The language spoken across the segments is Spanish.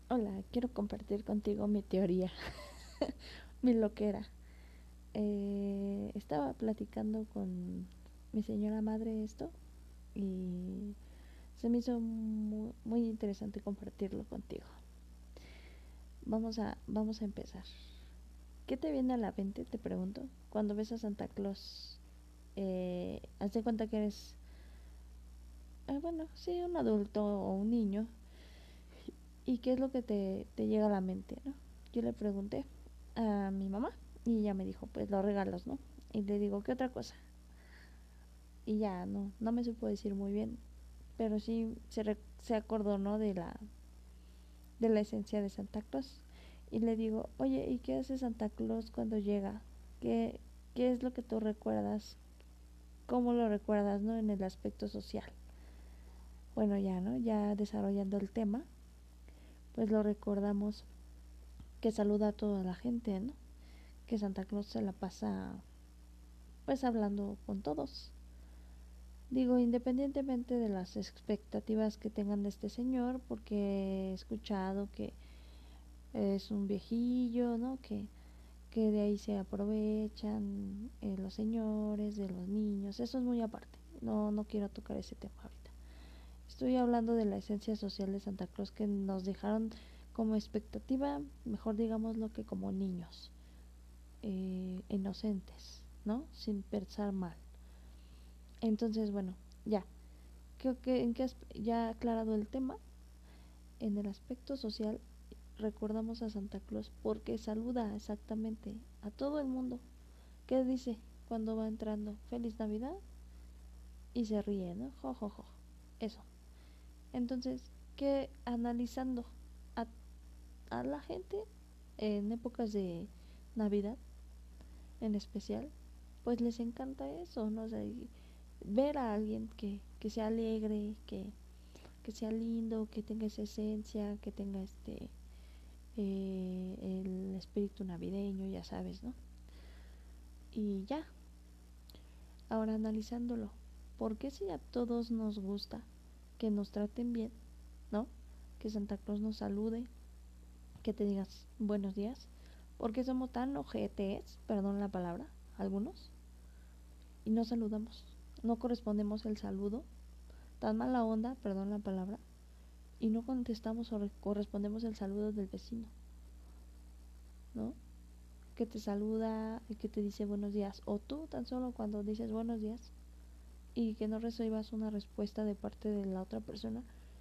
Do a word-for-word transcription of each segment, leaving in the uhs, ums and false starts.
Hola, quiero compartir contigo mi teoría, mi loquera. Eh, estaba platicando con mi señora madre esto y se me hizo muy, muy interesante compartirlo contigo. Vamos a, vamos a empezar. ¿Qué te viene a la mente, te pregunto, cuando ves a Santa Claus? Eh, haz de cuenta que eres, eh, bueno, sí, un adulto o un niño. ¿Y qué es lo que te, te llega a la mente, no? Yo le pregunté a mi mamá y ella me dijo, pues los regalos, ¿no? Y le digo, ¿qué otra cosa? Y ya, no, no me supo decir muy bien, pero sí se, re- se acordó, ¿no? De la, de la esencia de Santa Claus. Y le digo, oye, ¿y qué hace Santa Claus cuando llega? ¿Qué, qué es lo que tú recuerdas? ¿Cómo lo recuerdas, no? En el aspecto social. Bueno, ya, ¿no? Ya desarrollando el tema, pues lo recordamos que saluda a toda la gente, ¿no? Que Santa Claus se la pasa pues hablando con todos. Digo, independientemente de las expectativas que tengan de este señor, porque he escuchado que es un viejillo, ¿no? Que, que de ahí se aprovechan eh, los señores, de los niños, eso es muy aparte. No, no quiero tocar ese tema ahorita. Estoy hablando de la esencia social de Santa Claus que nos dejaron como expectativa, mejor digámoslo que como niños, eh, inocentes, ¿no? Sin pensar mal. Entonces, bueno, ya. Creo que en que ya aclarado el tema, en el aspecto social recordamos a Santa Claus porque saluda exactamente a todo el mundo. ¿Qué dice cuando va entrando? Feliz Navidad y se ríe, ¿no? Jo, jo, jo. Eso. Entonces, que analizando a, a la gente en épocas de Navidad en especial, pues les encanta eso, ¿no? O sea, ver a alguien que, que sea alegre, que, que sea lindo, que tenga esa esencia, que tenga este eh, el espíritu navideño, ya sabes, ¿no? Y ya, ahora analizándolo, ¿por qué si a todos nos gusta que nos traten bien, ¿no? Que Santa Claus nos salude, que te digas buenos días, ¿por qué somos tan ojetes, perdón la palabra, algunos, y no saludamos, no correspondemos el saludo, tan mala onda, perdón la palabra, y no contestamos o correspondemos el saludo del vecino, ¿no? Que te saluda y que te dice buenos días, o tú tan solo cuando dices buenos días y que no recibas una respuesta de parte de la otra persona.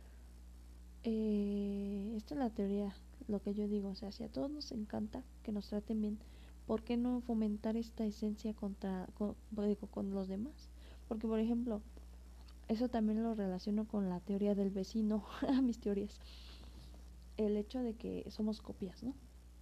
Eh, esta es la teoría, lo que yo digo, o sea, si a todos nos encanta que nos traten bien, ¿por qué no fomentar esta esencia contra, con, digo, con los demás? Porque, por ejemplo, eso también lo relaciono con la teoría del vecino, mis teorías, el hecho de que somos copias, ¿no?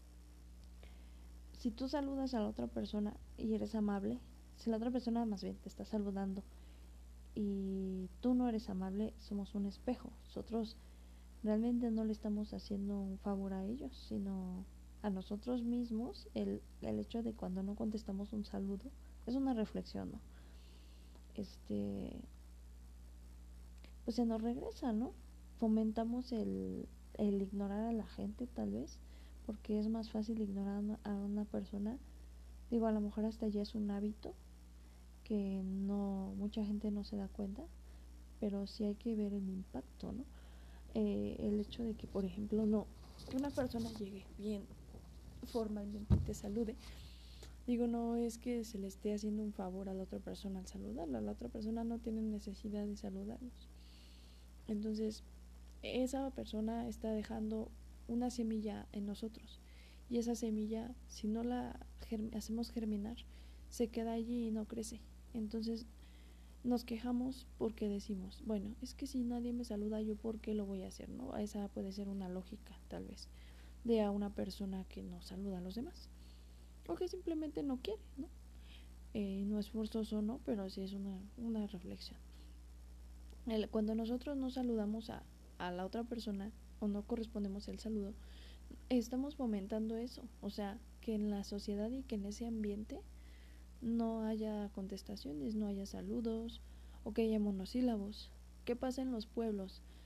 Si tú saludas a la otra persona y eres amable, si la otra persona más bien te está saludando y tú no eres amable, somos un espejo. Nosotros realmente no le estamos haciendo un favor a ellos, sino a nosotros mismos. El, el hecho de cuando no contestamos un saludo es una reflexión, ¿no? Este, pues se nos regresa, ¿no? Fomentamos el, el ignorar a la gente tal vez, porque es más fácil ignorar a una persona. Digo, a lo mejor hasta ya es un hábito que no mucha gente no se da cuenta, pero sí hay que ver el impacto, ¿no? Eh, el hecho de que, por ejemplo, no que una persona llegue bien formalmente y te salude, digo, no es que se le esté haciendo un favor a la otra persona al saludarla, la otra persona no tiene necesidad de saludarnos. Entonces, esa persona está dejando una semilla en nosotros y esa semilla, si no la germ- hacemos germinar, se queda allí y no crece. Entonces nos quejamos porque decimos, bueno, es que si nadie me saluda, yo por qué lo voy a hacer, ¿no? Esa puede ser una lógica, tal vez, de a una persona que no saluda a los demás o que simplemente no quiere, ¿no? Eh, no es forzoso, ¿no? Pero sí es una, una reflexión. El, cuando nosotros no saludamos a, a la otra persona o no correspondemos el saludo, estamos fomentando eso, o sea, que en la sociedad y que en ese ambiente no haya contestaciones, no haya saludos o que haya monosílabos. ¿Qué pasa en los pueblos?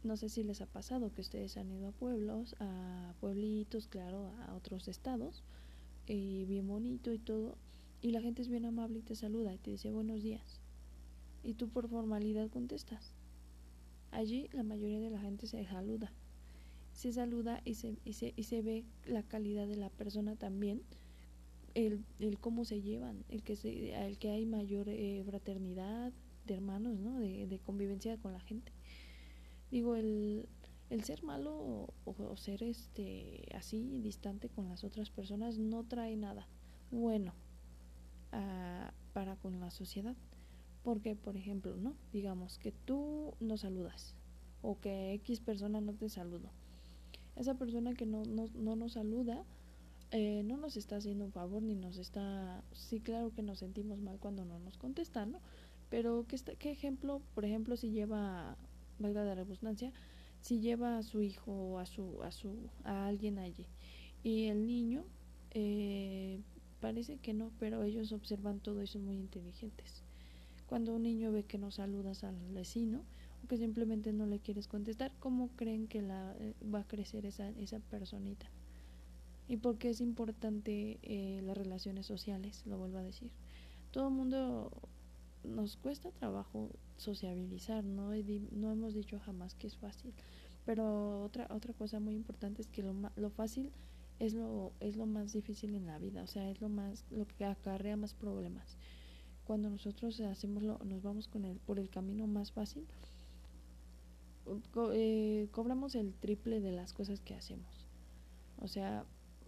no sé si les ha pasado que ustedes han ido a pueblos, a pueblitos, claro, a otros estados, y bien bonito y todo, y la gente es bien amable y te saluda y te dice buenos días, y tú por formalidad contestas. Allí la mayoría de la gente se saluda, se saluda y se, y se, y se ve la calidad de la persona también, el, el cómo se llevan, el que, se, el que hay mayor eh, fraternidad de hermanos, ¿no? De, de convivencia con la gente. Digo, el, el ser malo o, o ser este así distante con las otras personas no trae nada bueno a, para con la sociedad. Porque, por ejemplo, ¿no? Digamos que tú no saludas o que X persona no te saludó. Esa persona que no, no, no nos saluda eh, no nos está haciendo un favor ni nos está... Sí, claro que nos sentimos mal cuando no nos contestan, ¿no? Pero ¿qué, está, qué ejemplo, por ejemplo, si lleva, valga la redundancia, si lleva a su hijo o a, su, a, su, a alguien allí y el niño eh, parece que no, pero ellos observan todo y son muy inteligentes. Cuando un niño ve que no saludas al vecino o que simplemente no le quieres contestar, ¿cómo creen que la, eh, va a crecer esa, esa personita? ¿Y por qué es importante eh, las relaciones sociales? Lo vuelvo a decir. Todo el mundo nos cuesta trabajo sociabilizar, no, no hemos dicho jamás que es fácil, pero otra otra cosa muy importante es que lo, lo fácil es lo es lo más difícil en la vida, o sea, es lo más lo que acarrea más problemas. Cuando nosotros hacemos lo, nos vamos con el por el camino más fácil, co eh, cobramos el triple de las cosas que hacemos. O sea,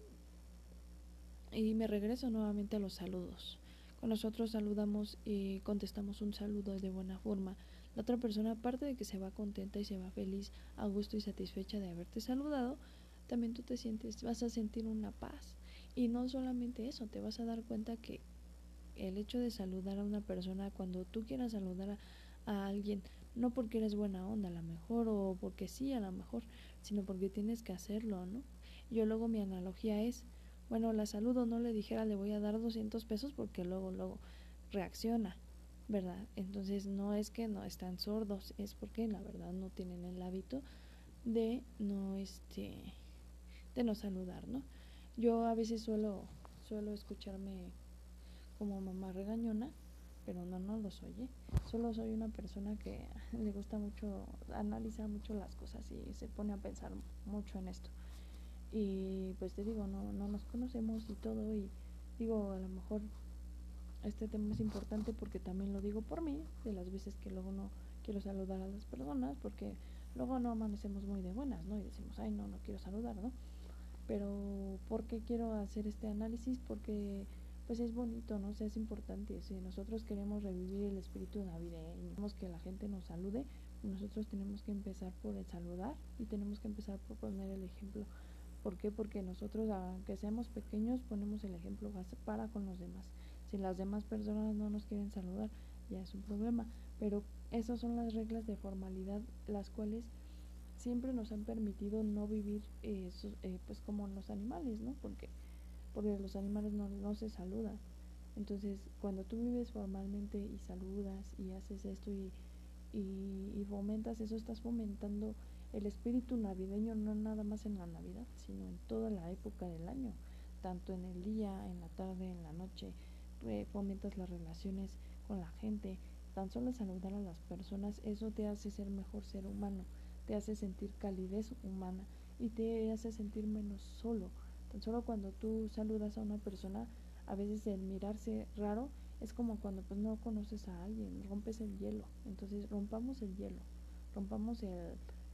y me regreso nuevamente a los saludos. Cuando nosotros saludamos y contestamos un saludo de buena forma, la otra persona, aparte de que se va contenta y se va feliz, a gusto y satisfecha de haberte saludado, también tú te sientes, vas a sentir una paz. Y no solamente eso, te vas a dar cuenta que el hecho de saludar a una persona, cuando tú quieras saludar a, a alguien, no porque eres buena onda a lo mejor, o porque sí a lo mejor, sino porque tienes que hacerlo, ¿no? Yo luego mi analogía es, bueno, la saludo, no le dijera le voy a dar doscientos pesos porque luego, luego reacciona, ¿verdad? Entonces no es que no están sordos, es porque la verdad no tienen el hábito de no, este, de no saludar, ¿no? Yo a veces suelo, suelo escucharme como mamá regañona, pero no, no lo soy, ¿eh? Solo soy una persona que le gusta mucho, analiza mucho las cosas y se pone a pensar mucho en esto. Y pues te digo, no, no nos conocemos y todo, y digo, a lo mejor este tema es importante porque también lo digo por mí, de las veces que luego no quiero saludar a las personas, porque luego no amanecemos muy de buenas, ¿no? Y decimos, ay, no, no quiero saludar, ¿no? Pero ¿por qué quiero hacer este análisis? Porque pues es bonito, ¿no? O sea, es importante. Si nosotros queremos revivir el espíritu navideño, queremos que la gente nos salude, nosotros tenemos que empezar por el saludar y tenemos que empezar por poner el ejemplo. ¿Por qué? Porque nosotros, aunque seamos pequeños, ponemos el ejemplo para con los demás. Si las demás personas no nos quieren saludar, ya es un problema. Pero esas son las reglas de formalidad, las cuales siempre nos han permitido no vivir eh, eh, pues como los animales, ¿no? Porque, porque los animales no, no se saludan. Entonces, cuando tú vives formalmente y saludas y haces esto y, y, y fomentas eso, estás fomentando el espíritu navideño, no nada más en la Navidad, sino en toda la época del año, tanto en el día, en la tarde, en la noche, eh, fomentas las relaciones con la gente. Tan solo saludar a las personas, eso te hace ser mejor ser humano, te hace sentir calidez humana y te hace sentir menos solo. Tan solo cuando tú saludas a una persona, a veces el mirarse raro es como cuando pues no conoces a alguien, rompes el hielo. Entonces rompamos el hielo, rompamos el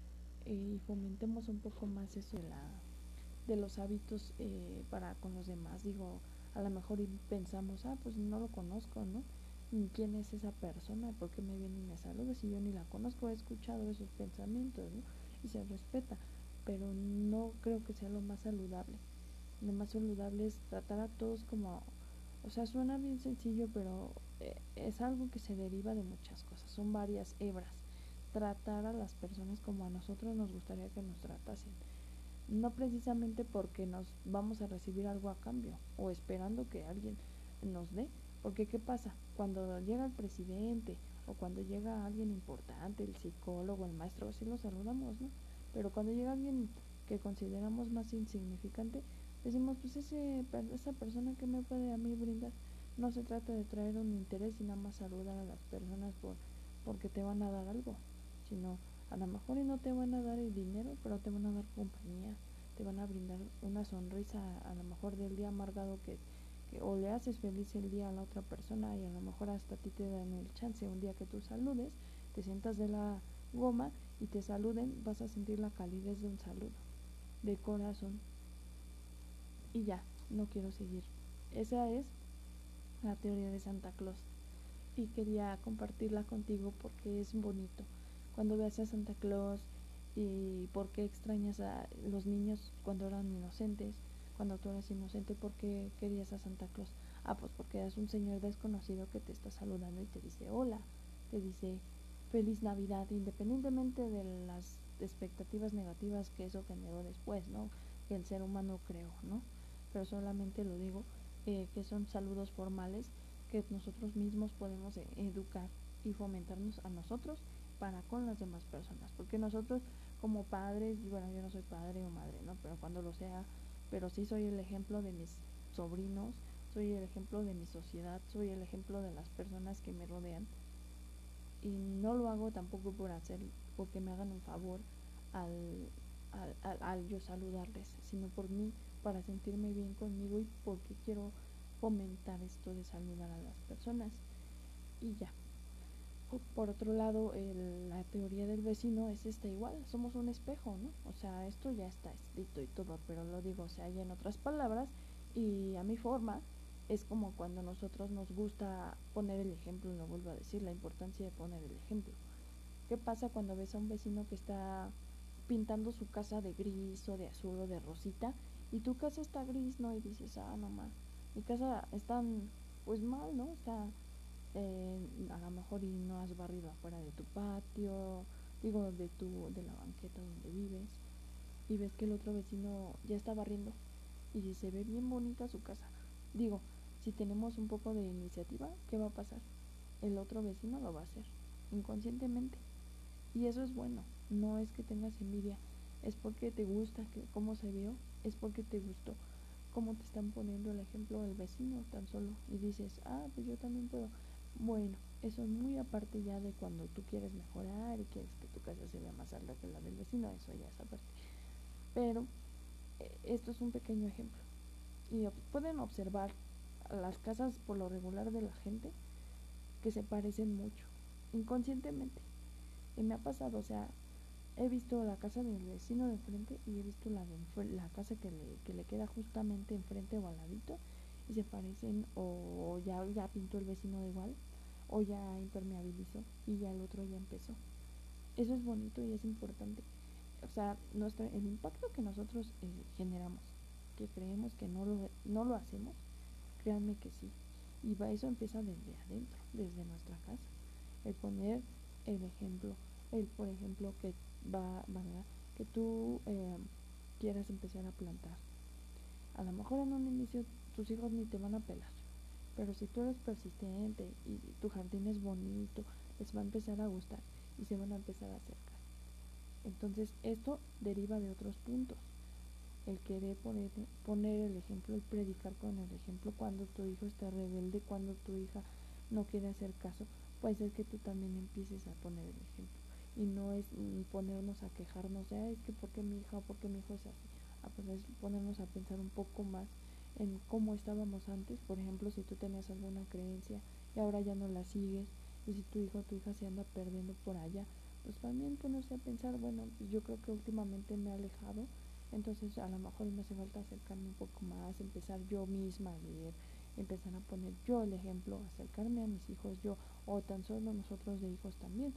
y fomentemos un poco más eso de, la, de los hábitos eh, para con los demás. Digo, a lo mejor pensamos, ah, pues no lo conozco, ¿no? ¿Quién es esa persona? ¿Por qué me viene y me saluda si yo ni la conozco? He escuchado esos pensamientos, ¿no? Y se respeta, pero no creo que sea lo más saludable. Lo más saludable es tratar a todos como, o sea, suena bien sencillo, pero eh, es algo que se deriva de muchas cosas, son varias hebras. Tratar a las personas como a nosotros nos gustaría que nos tratasen, no precisamente porque nos vamos a recibir algo a cambio o esperando que alguien nos dé, porque ¿qué pasa? Cuando llega el presidente o cuando llega alguien importante, el psicólogo, el maestro, así lo saludamos, ¿no? Pero cuando llega alguien que consideramos más insignificante, decimos, pues ese, esa persona que me puede a mí brindar. No se trata de traer un interés y nada más saludar a las personas por, porque te van a dar algo, sino a lo mejor y no te van a dar el dinero, pero te van a dar compañía, te van a brindar una sonrisa, a lo mejor del día amargado que, que o le haces feliz el día a la otra persona, y a lo mejor hasta a ti te dan el chance un día que tú saludes, te sientas de la goma y te saluden, vas a sentir la calidez de un saludo, de corazón. Y ya, no quiero seguir. Esa es la teoría de Santa Claus y quería compartirla contigo porque es bonito. Cuando veas a Santa Claus y por qué extrañas a los niños cuando eran inocentes, cuando tú eras inocente, ¿por qué querías a Santa Claus? Ah, pues porque es un señor desconocido que te está saludando y te dice hola, te dice feliz Navidad, independientemente de las expectativas negativas que eso generó después, ¿no? Que el ser humano creó, ¿no? Pero solamente lo digo, eh, que son saludos formales que nosotros mismos podemos eh, educar y fomentarnos a nosotros para con las demás personas, porque nosotros como padres, bueno, yo no soy padre o madre, ¿no? Pero cuando lo sea, pero sí soy el ejemplo de mis sobrinos, soy el ejemplo de mi sociedad, soy el ejemplo de las personas que me rodean, y no lo hago tampoco por hacer, porque me hagan un favor al, al, al, al yo saludarles, sino por mí, para sentirme bien conmigo y porque quiero fomentar esto de saludar a las personas. Y ya. Por otro lado, el, la teoría del vecino es esta igual, somos un espejo, ¿no? O sea, esto ya está escrito y todo, pero lo digo, o sea, ya en otras palabras y a mi forma. Es como cuando a nosotros nos gusta poner el ejemplo, lo vuelvo a decir, la importancia de poner el ejemplo. ¿Qué pasa cuando ves a un vecino que está pintando su casa de gris o de azul o de rosita y tu casa está gris, ¿no? Y dices, ah, no más, mi casa está pues mal, ¿no? Está eh, a lo mejor y no has barrido afuera de tu patio, digo, de tu de la banqueta donde vives, y ves que el otro vecino ya está barriendo y se ve bien bonita su casa. Digo, si tenemos un poco de iniciativa, ¿qué va a pasar? El otro vecino lo va a hacer inconscientemente. Y eso es bueno, no es que tengas envidia, es porque te gusta que cómo se vio, es porque te gustó cómo te están poniendo el ejemplo del vecino tan solo, y dices, ah, pues yo también puedo. Bueno, eso es muy aparte ya de cuando tú quieres mejorar y quieres que tu casa se vea más alta que la del vecino, eso ya es aparte. Pero eh, esto es un pequeño ejemplo. Y ob- pueden observar las casas por lo regular de la gente que se parecen mucho, inconscientemente. Y me ha pasado, o sea, he visto la casa del vecino de enfrente y he visto la de la casa que le, que le queda justamente enfrente o al ladito, y se parecen, o ya, ya pintó el vecino de igual, o ya impermeabilizó y ya el otro ya empezó. Eso es bonito y es importante. O sea, nuestro, el impacto que nosotros eh, generamos, que creemos que no lo, no lo hacemos, créanme que sí. Y va, eso empieza desde adentro, desde nuestra casa. El poner el ejemplo, el por ejemplo que va, va que tú eh, quieras empezar a plantar. A lo mejor en un inicio tus hijos ni te van a pelar, pero si tú eres persistente y tu jardín es bonito, les va a empezar a gustar y se van a empezar a acercar. Entonces esto deriva de otros puntos. El querer poner, poner el ejemplo, el predicar con el ejemplo. Cuando tu hijo está rebelde, cuando tu hija no quiere hacer caso, puede ser que tú también empieces a poner el ejemplo. Y no es ponernos a quejarnos de, es que por qué mi hija o por qué mi hijo es así. A pues ponernos a pensar un poco más en cómo estábamos antes. Por ejemplo, si tú tenías alguna creencia y ahora ya no la sigues, y si tu hijo o tu hija se anda perdiendo por allá, pues también ponerse a pensar, bueno, pues yo creo que últimamente me he alejado, entonces a lo mejor me hace falta acercarme un poco más, empezar yo misma a leer, empezar a poner yo el ejemplo, acercarme a mis hijos yo, o tan solo nosotros de hijos también.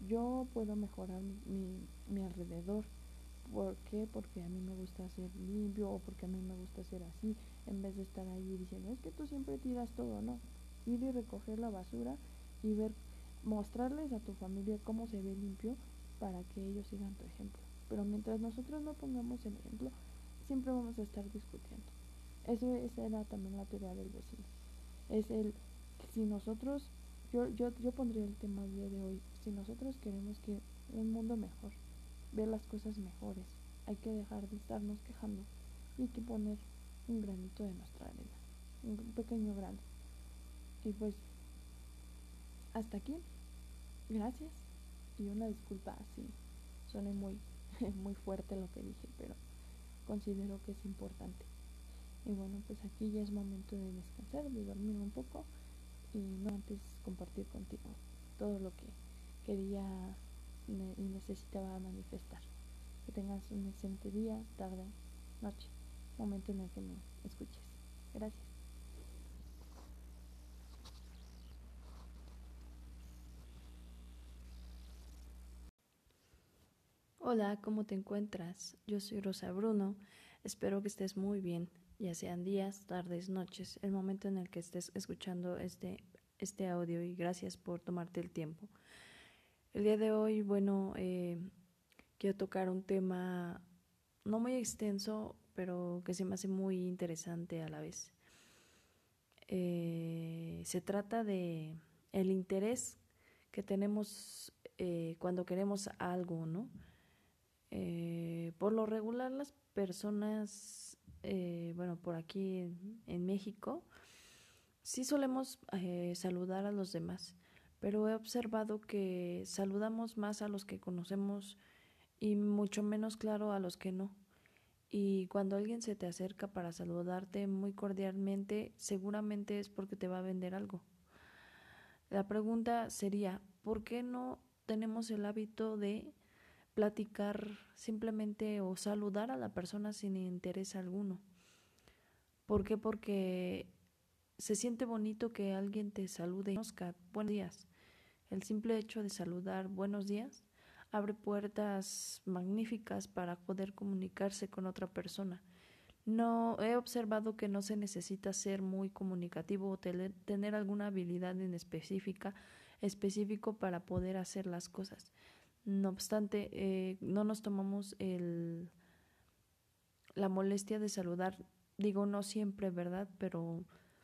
Yo puedo mejorar mi, mi, mi alrededor. ¿Por qué? Porque a mí me gusta ser limpio, o porque a mí me gusta ser así, en vez de estar ahí diciendo, es que tú siempre tiras todo, ¿no? Ir y recoger la basura y ver, mostrarles a tu familia cómo se ve limpio para que ellos sigan tu ejemplo. Pero mientras nosotros no pongamos el ejemplo, siempre vamos a estar discutiendo. Eso, esa era también la teoría del vecino. Es el, si nosotros yo, yo, yo pondría el tema del día de hoy. Si nosotros queremos que un mundo mejor, ver las cosas mejores, hay que dejar de estarnos quejando y hay que poner un granito de nuestra arena, un pequeño grano. Y pues hasta aquí, gracias y una disculpa si suene muy, muy fuerte lo que dije, pero considero que es importante. Y bueno, pues aquí ya es momento de descansar, de dormir un poco y no antes compartir contigo todo lo que quería y necesitaba manifestar. Que tengas un excelente día, tarde, noche, momento en el que me escuches. Gracias. Hola, ¿cómo te encuentras? Yo soy Rosa Bruno. Espero que estés muy bien, ya sean días, tardes, noches, el momento en el que estés escuchando este, este audio, y gracias por tomarte el tiempo. El día de hoy, bueno, eh, quiero tocar un tema no muy extenso, pero que se me hace muy interesante a la vez. Eh, se trata de el interés que tenemos eh, cuando queremos algo, ¿no? Eh, por lo regular las personas, eh, bueno, por aquí en, en México, sí solemos eh, saludar a los demás, pero he observado que saludamos más a los que conocemos y mucho menos, claro, a los que no. Y cuando alguien se te acerca para saludarte muy cordialmente, seguramente es porque te va a vender algo. La pregunta sería, ¿por qué no tenemos el hábito de platicar simplemente o saludar a la persona sin interés alguno? ¿Por qué? Porque se siente bonito que alguien te salude y conozca. Buenos días. El simple hecho de saludar buenos días abre puertas magníficas para poder comunicarse con otra persona. No he observado que no se necesita ser muy comunicativo o tener, tener alguna habilidad en específica específico para poder hacer las cosas. No obstante, eh, no nos tomamos el, la molestia de saludar. Digo, no siempre, ¿verdad? Pero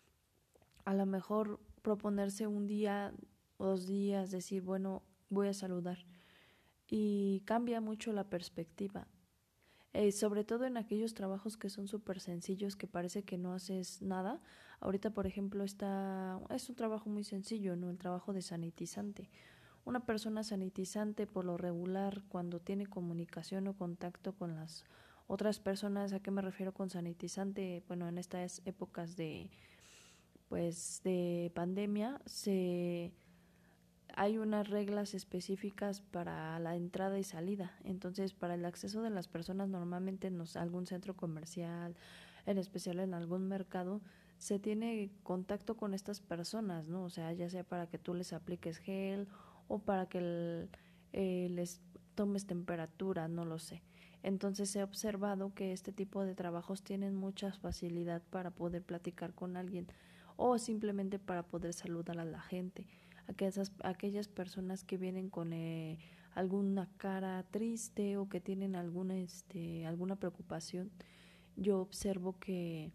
a lo mejor proponerse un día o dos días, decir, bueno, voy a saludar. Y cambia mucho la perspectiva. Eh, sobre todo en aquellos trabajos que son súper sencillos, que parece que no haces nada. Ahorita, por ejemplo, está es un trabajo muy sencillo, ¿no? El trabajo de sanitizante. Una persona sanitizante, por lo regular, cuando tiene comunicación o contacto con las otras personas, ¿a qué me refiero con sanitizante? Bueno, en estas épocas de, pues, de pandemia, se hay unas reglas específicas para la entrada y salida. Entonces, para el acceso de las personas, normalmente en los, algún centro comercial, en especial en algún mercado, se tiene contacto con estas personas, ¿no? O sea, ya sea para que tú les apliques gel o para que el, eh, les tomes temperatura, no lo sé. Entonces he observado que este tipo de trabajos tienen mucha facilidad para poder platicar con alguien o simplemente para poder saludar a la gente. Aquellas, aquellas personas que vienen con eh, alguna cara triste o que tienen alguna, este, alguna preocupación, yo observo que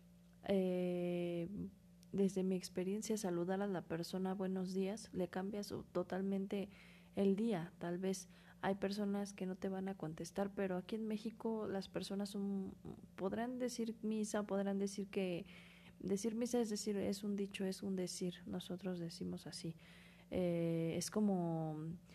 eh, desde mi experiencia saludar a la persona buenos días le cambia su, totalmente el día. Tal vez hay personas que no te van a contestar, pero aquí en México las personas son, podrán decir misa, podrán decir que decir misa es decir, es un dicho, es un decir, nosotros decimos así. Eh, es como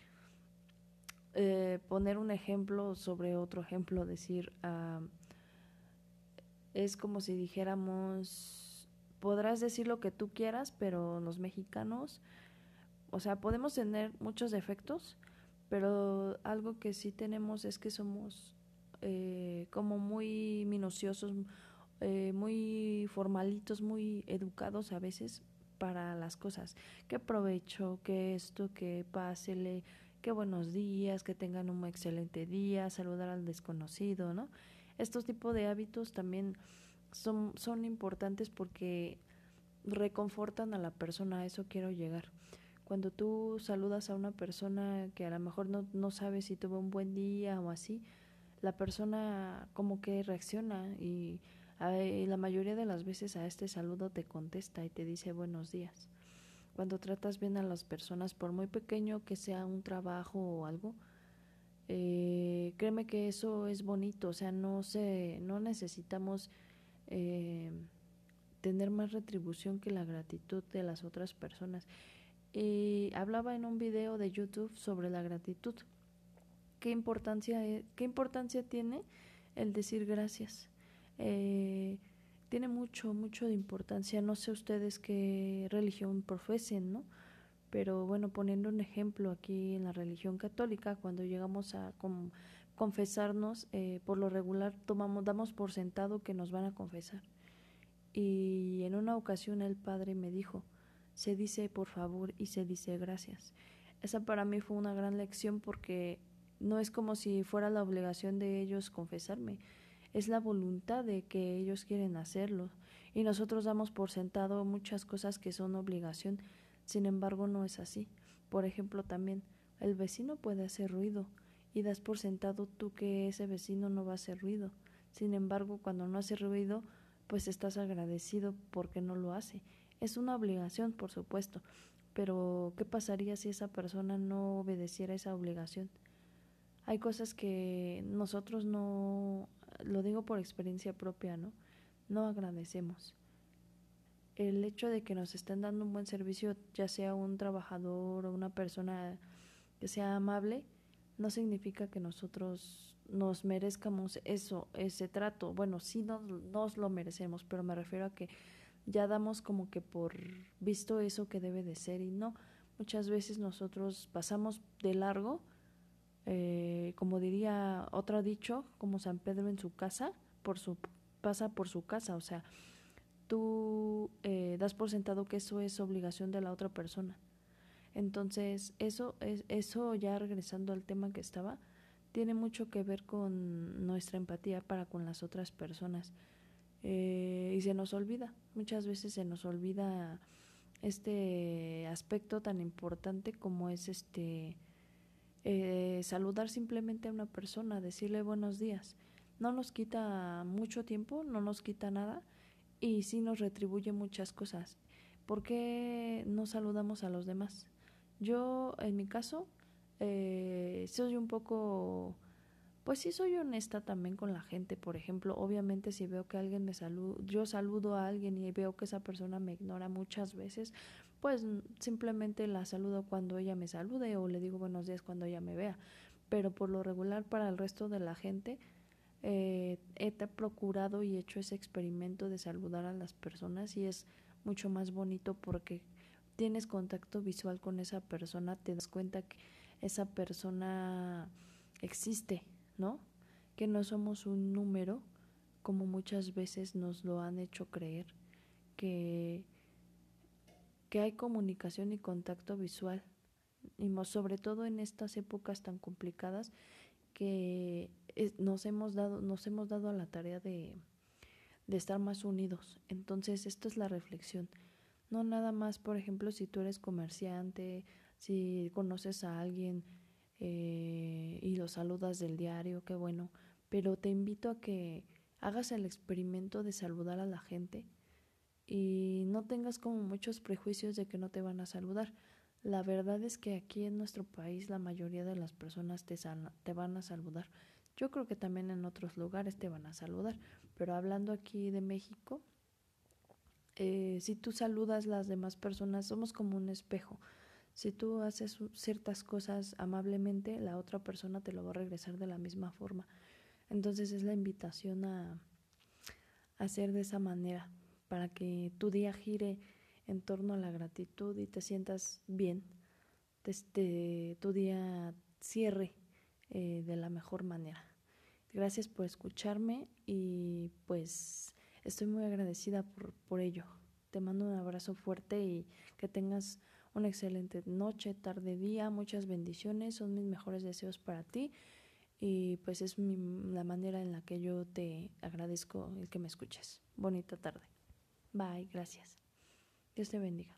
eh, poner un ejemplo sobre otro ejemplo, decir, uh, es como si dijéramos, podrás decir lo que tú quieras, pero los mexicanos, o sea, podemos tener muchos defectos, pero algo que sí tenemos es que somos eh, como muy minuciosos, eh, muy formalitos, muy educados a veces para las cosas. Que provecho, que esto, que pásele, que buenos días, que tengan un excelente día, saludar al desconocido, ¿no? Estos tipos de hábitos también son, son importantes porque reconfortan a la persona, a eso quiero llegar. Cuando tú saludas a una persona que a lo mejor no, no sabe si tuvo un buen día o así, la persona como que reacciona y a, la mayoría de las veces a este saludo te contesta y te dice buenos días. cuando tratas bien a las personas, por muy pequeño que sea un trabajo o algo, eh, créeme que eso es bonito. O sea, no se, no necesitamos eh, tener más retribución que la gratitud de las otras personas. Y hablaba en un video de YouTube sobre la gratitud. ¿Qué importancia, es, qué importancia tiene el decir gracias? Eh, tiene mucho, mucho de importancia. No sé ustedes qué religión profesen, ¿no? Pero bueno, poniendo un ejemplo aquí en la religión católica, cuando llegamos a com confesarnos, eh, por lo regular tomamos, damos por sentado que nos van a confesar. Y en una ocasión el padre me dijo, se dice por favor y se dice gracias. Esa para mí fue una gran lección porque no es como si fuera la obligación de ellos confesarme, es la voluntad de que ellos quieren hacerlo. Y nosotros damos por sentado muchas cosas que son obligación, sin embargo no es así. Por ejemplo, también el vecino puede hacer ruido y das por sentado tú que ese vecino no va a hacer ruido. Sin embargo, cuando no hace ruido, pues estás agradecido porque no lo hace. Es una obligación, por supuesto, pero ¿qué pasaría si esa persona no obedeciera esa obligación? Hay cosas que nosotros no, lo digo por experiencia propia, ¿no? No agradecemos. El hecho de que nos estén dando un buen servicio, ya sea un trabajador o una persona que sea amable, no significa que nosotros nos merezcamos eso, ese trato. Bueno, sí nos, nos lo merecemos, pero me refiero a que ya damos como que por visto eso que debe de ser y no. Muchas veces nosotros pasamos de largo, eh, como diría otro dicho, como San Pedro en su casa, por su pasa por su casa, o sea, tú eh, das por sentado que eso es obligación de la otra persona. Entonces, eso, es, eso ya regresando al tema que estaba, tiene mucho que ver con nuestra empatía para con las otras personas. Eh, y se nos olvida, muchas veces se nos olvida este aspecto tan importante como es este eh, saludar simplemente a una persona, decirle buenos días. No nos quita mucho tiempo, no nos quita nada y sí nos retribuye muchas cosas. ¿Por qué no saludamos a los demás? Yo, en mi caso, eh, soy un poco, pues sí soy honesta también con la gente. Por ejemplo, obviamente si veo que alguien me saluda, yo saludo a alguien y veo que esa persona me ignora muchas veces, pues simplemente la saludo cuando ella me salude o le digo buenos días cuando ella me vea. Pero por lo regular para el resto de la gente, eh, he procurado y hecho ese experimento de saludar a las personas y es mucho más bonito porque tienes contacto visual con esa persona, te das cuenta que esa persona existe, ¿no? Que no somos un número como muchas veces nos lo han hecho creer, que, que hay comunicación y contacto visual, y sobre todo en estas épocas tan complicadas que nos hemos dado, nos hemos dado a la tarea de, de estar más unidos. Entonces, esto es la reflexión. No nada más, por ejemplo, si tú eres comerciante, si conoces a alguien eh, y lo saludas del diario, qué bueno. Pero te invito a que hagas el experimento de saludar a la gente y no tengas como muchos prejuicios de que no te van a saludar. La verdad es que aquí en nuestro país la mayoría de las personas te, te van a saludar. Yo creo que también en otros lugares te van a saludar, pero hablando aquí de México, eh, si tú saludas a las demás personas, somos como un espejo. Si tú haces ciertas cosas amablemente, la otra persona te lo va a regresar de la misma forma. Entonces es la invitación a, a hacer de esa manera, para que tu día gire en torno a la gratitud y te sientas bien, este, tu día cierre eh, de la mejor manera. Gracias por escucharme y pues estoy muy agradecida por, por ello. Te mando un abrazo fuerte y que tengas una excelente noche, tarde, día, muchas bendiciones, son mis mejores deseos para ti y pues es mi, la manera en la que yo te agradezco el que me escuches. Bonita tarde. Bye, gracias. Dios te bendiga.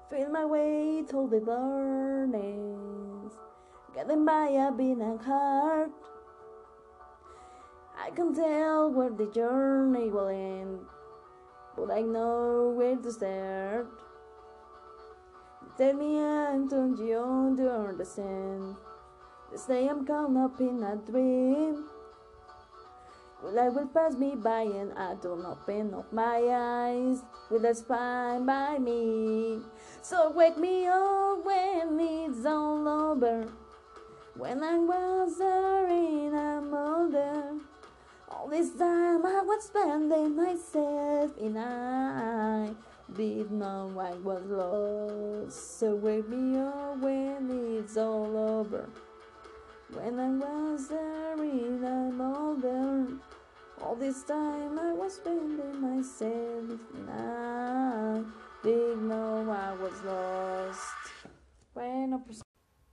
Feel my way through the darkness, getting by a beating heart. I can tell where the journey will end, but I know where to start. Tell me I'm too young to understand. They say I'm caught up in a dream. Well, life will pass me by and I don't open up my eyes. Will that's fine by me. So wake me up when it's all over. When I was there and I'm older. All this time I was spending myself and I did know I was lost. So wake me up when it's all over. When I was there and I'm older. All this time I was spending myself and I didn't know I was lost. Bueno, pues.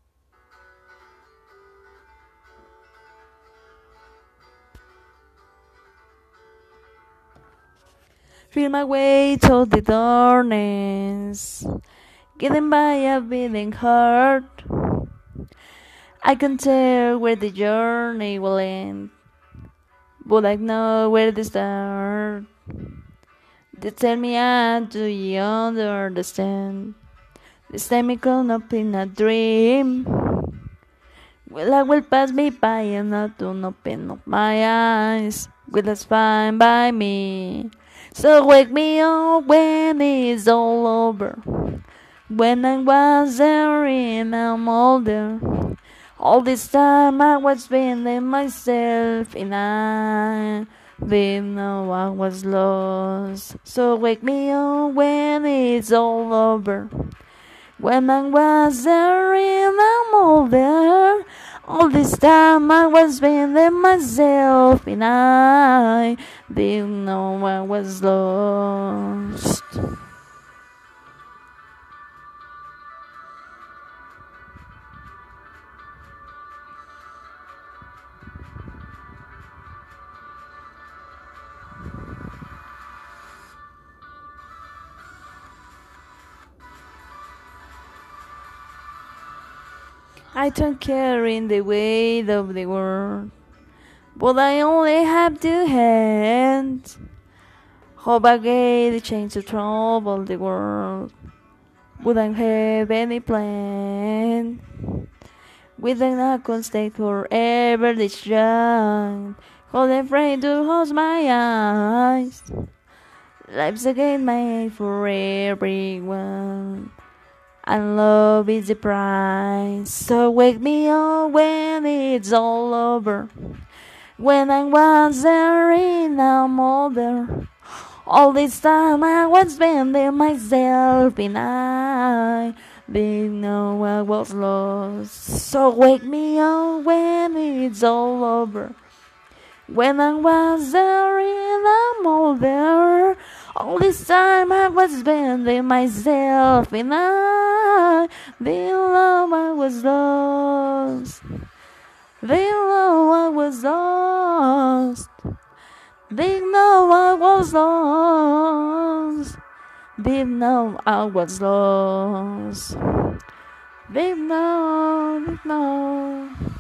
Feel my way to the darkness, getting by a beating heart. I can tell where the journey will end, but I know where to start. They tell me I'm too young to understand. They say me caught up in a dream. Well, I will pass me by and I don't open up my eyes. Well, that's fine by me. So wake me up when it's all over. When I was there and I'm older. All this time I was spending myself and I didn't know I was lost. So wake me up when it's all over. When I was there and I'm older. All this time I was spending myself and I didn't know I was lost. I don't care in the weight of the world, but I only have two hands. Hope I get the chance to trouble the world, but I don't have any plan. Within I could stay forever this young, hold afraid to close my eyes. Life's a game made for everyone. And love is the prize. So wake me up when it's all over. When I was there and I'm older. All this time I was spending myself and I didn't know I was lost. So wake me up when it's all over. When I was there and I'm older. All this time I was spending myself and I didn't know I was lost. Didn't know I was lost. Didn't know I was lost. Didn't know I was lost. Didn't know, didn't know.